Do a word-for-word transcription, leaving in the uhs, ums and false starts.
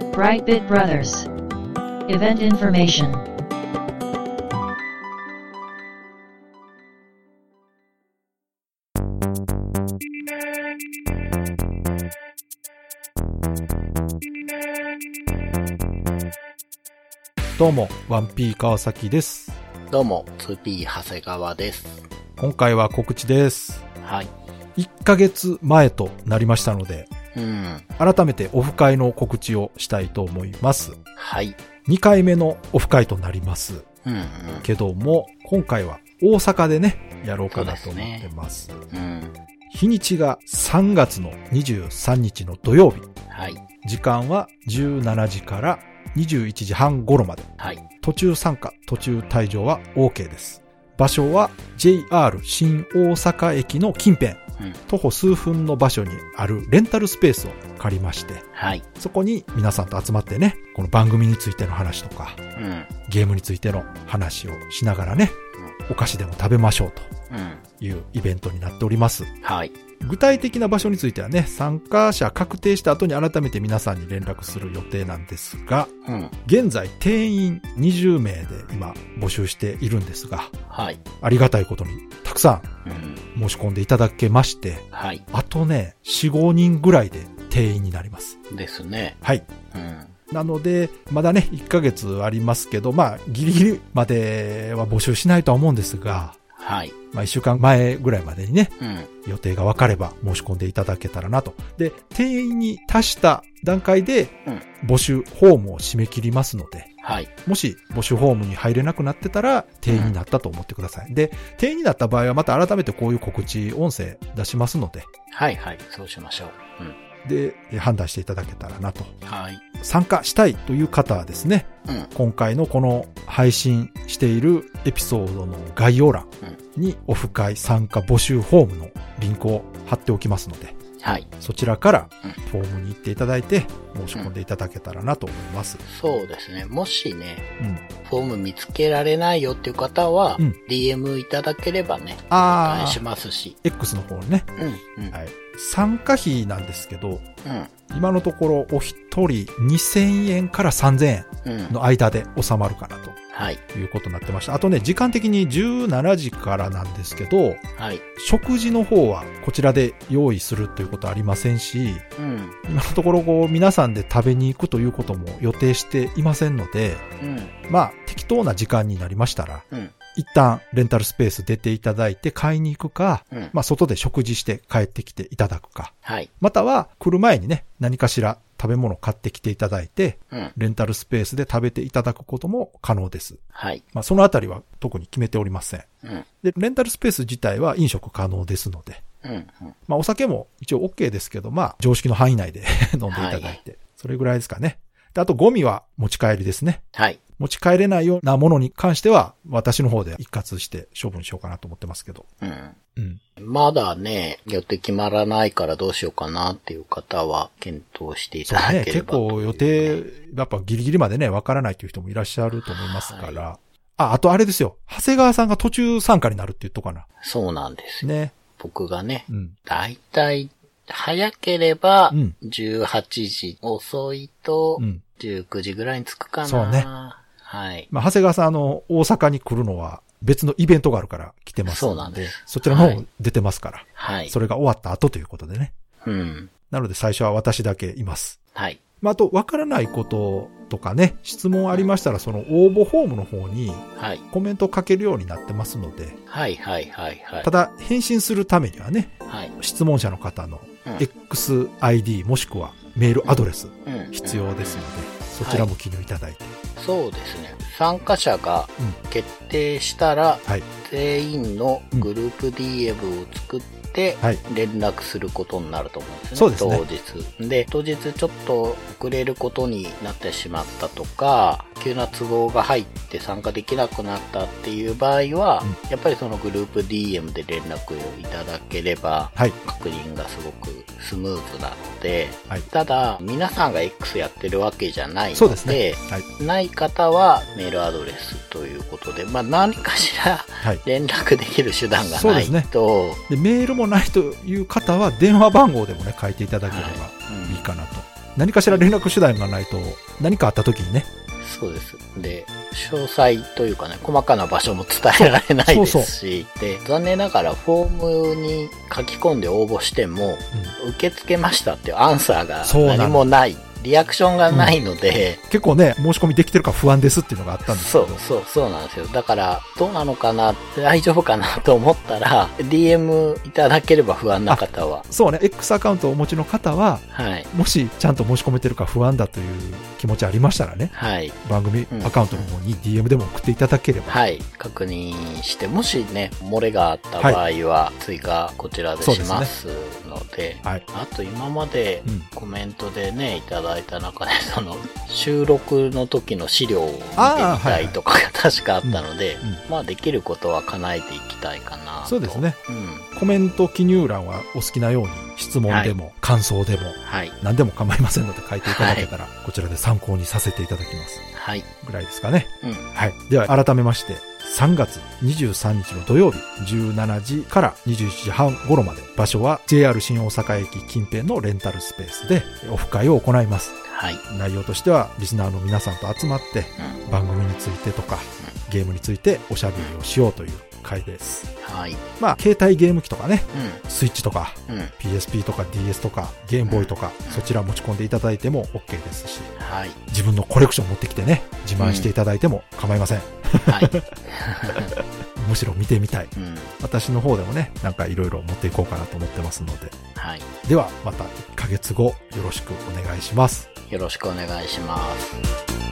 Brightbit Brothers Event Information どうも ワンピー 川崎です。 どうも ツーピー 長谷川です。 今回は告知です。 はい。 いっかげつまえとなりましたので、 うん、 改めてオフ会の告知をしたいと思います。 はい。 にかいめのオフ会となります。 うんうん、 けども、今回は大阪でね、やろうかなと思ってます。 そうですね。うん、 日にちがさんがつのにじゅうさんにちの土曜日。 はい。 時間はじゅうしちじからにじゅういちじはん頃まで。 はい。 途中参加、途中退場は OK です。場所は ジェイアール 新大阪駅の近辺、うん、徒歩数分の場所にあるレンタルスペースを借りまして、 はい、 そこに皆さんと集まってね、この番組についての話とか、 うん、 ゲームについての話をしながらね、うん、お菓子でも食べましょうというイベントになっております。 はい。 具体的な場所についてはね、参加者確定した後に改めて皆さんに連絡する予定なんですが、 うん、 現在定員にじゅうめいで今募集しているんですが、 はい、 ありがたいことにたくさん申し込んでいただけまして、 はい、 あとね、よん、ごにんぐらいで定員になります。 ですね。 はい。 うん、 なので、まだね、いっかげつありますけど、まあ、ギリギリまでは募集しないとは思うんですが、 はい。 まあ、いっしゅうかんまえぐらいまでにね、 うん、 予定が分かれば申し込んでいただけたらなと。で、定員に達した段階で、募集フォームを締め切りますので、 はい。 もし募集フォームに入れなくなってたら、定員になったと思ってください。うん、で、定員になった場合はまた改めてこういう告知音声出しますので、 はいはい、そうしましょう。うん。 で、判断していただけたらなと。 はい。 参加したいという方はですね、 うん、 今回のこの配信しているエピソードの概要欄にオフ会参加募集フォームのリンクを貼っておきますので、 はい。 そちらからフォームに行っていただいて申し込んでいただけたらなと思います。 うん、そうですね。もしね、 うん、 フォーム見つけられないよっていう方は、うん、ディーエム いただければね、お願いしますし。 X の方にね。 うんうん、 はい。参加費なんですけど、 うん、 今のところお一人にせんえんからさんぜんえんの間で収まるかなと、 はい、 いうことになってました。あとね、時間的にじゅうしちじからなんですけど、 はい、 食事の方はこちらで用意するということはありませんし、 うん、 今のところこう皆さんで食べに行くということも予定していませんので、 うん、 まあ適当な時間になりましたら、 うん、 一旦レンタルスペース出ていただいて買いに行くか、 うん、 まあ外で食事して帰ってきていただくか、 はい、 または来る前にね、何かしら食べ物買ってきていただいて、 うん、 レンタルスペースで食べていただくことも可能です。 はい。 まあそのあたりは特に決めておりません。 うん、 で、レンタルスペース自体は飲食可能ですので、 うんうん、 まあお酒も一応 OK ですけど、まあ常識の範囲内で飲んでいただいて、はい、それぐらいですかね。で、あとゴミは持ち帰りですね。 はい。 持ち帰れないようなものに関しては、私の方で一括して処分しようかなと思ってますけど。 うん。 うん。 まだね、予定決まらないからどうしようかなっていう方は、検討していただければ、ね。 結構予定、やっぱギリギリまでね、わからないという人もいらっしゃると思いますから。はい、あ、あとあれですよ。長谷川さんが途中参加になるって言っとかな。 そうなんですよ。 ね。 僕がね、 うん、 だいたい早ければ、じゅうはちじ、うん、遅いと、じゅうくじぐらいに着くかな。 そうね。 はい。 まあ、長谷川さん、あの、大阪に来るのは別のイベントがあるから来てますので。 そうなんです。 そちらの方出てますから。 はい。 それが終わった後ということでね。 うん。 なので最初は私だけいます。 はい。 まあ、あと、わからないこととかね、質問ありましたら、その応募フォームの方に、はい。コメントを書けるようになってますので。 はいはいはいはい。 ただ、返信するためにはね、 はい。 質問者の方の エックスアイディー もしくはメールアドレス必要ですので、そちらも記入いただいて。 そうですね。参加者が決定したら、 はい、 全員のグループ ディーエム を作って、連絡することになると思うんですね。 そうですね。 当日。で、当日ちょっと遅れることになってしまったとか、急な都合が入って参加できなくなったっていう場合は、うん、やっぱりそのグループ ディーエム で連絡をいただければ、はい、確認がすごくスムーズなので、はい、ただ、皆さんが X やってるわけじゃないので、 そうですね。はい、 ない方はメールアドレスということで、まあ何かしら連絡できる手段がないと、 はい、そうですね。で、メールもないという方は電話番号でもね、書いていただければいいかなと。 何かしら連絡手段がないと、何かあった時にね。 そうです。で、詳細というかね、細かな場所も伝えられないですし、そうそうで、残念ながらフォームに書き込んで応募しても、うん、受け付けましたっていうアンサーが何もない。リアクションがないので、 うん、結構ね、申し込みできてるか不安ですっていうのがあったんですけど。 そう、そう、そうなんですよ。だから、どうなのかな、大丈夫かなと思ったら、ディーエム いただければ不安な方は。 そうね、X アカウントをお持ちの方は、 はい。 もしちゃんと申し込めてるか不安だという気持ちありましたらね、 はい。 番組アカウントの方に ディーエム でも送っていただければ。 はい。確認して、もしね、漏れがあった場合は、追加こちらでしますので、はい。あと今までコメントでね、いただいた中で、その収録の時の資料を見てみたいとかが確かあったので、まあできることは叶えていきたいかなと。 そうですね、 うん、 コメント記入欄はお好きなように質問でも、はい、感想でも、はい、何でも構いませんので書いていただけたら、はい、こちらで参考にさせていただきます。 はい。 ぐらいですかね。 うん、 はい。では改めまして、さんがつにじゅうさんにちの土曜日じゅうしちじからにじゅういちじはん頃まで、場所は ジェイアール 新大阪駅近辺のレンタルスペースでオフ会を行います。 はい、 内容としてはリスナーの皆さんと集まって、うん、番組についてとか、うん、ゲームについておしゃべりをしようという会です。 はい。 まあ携帯ゲーム機とかね、 うん、 スイッチとか、うん、ピーエスピー とか ディーエス とかゲームボーイとか、うん、そちら持ち込んでいただいても OK ですし、 はい、 自分のコレクション持ってきてね、自慢していただいても構いません。 うん、はい。 むしろ見てみたい、 うん、 私の方でもね、なんかいろいろ持っていこうかなと思ってますので、 はい、 ではまたいっかげつごよろしくお願いします。 よろしくお願いします。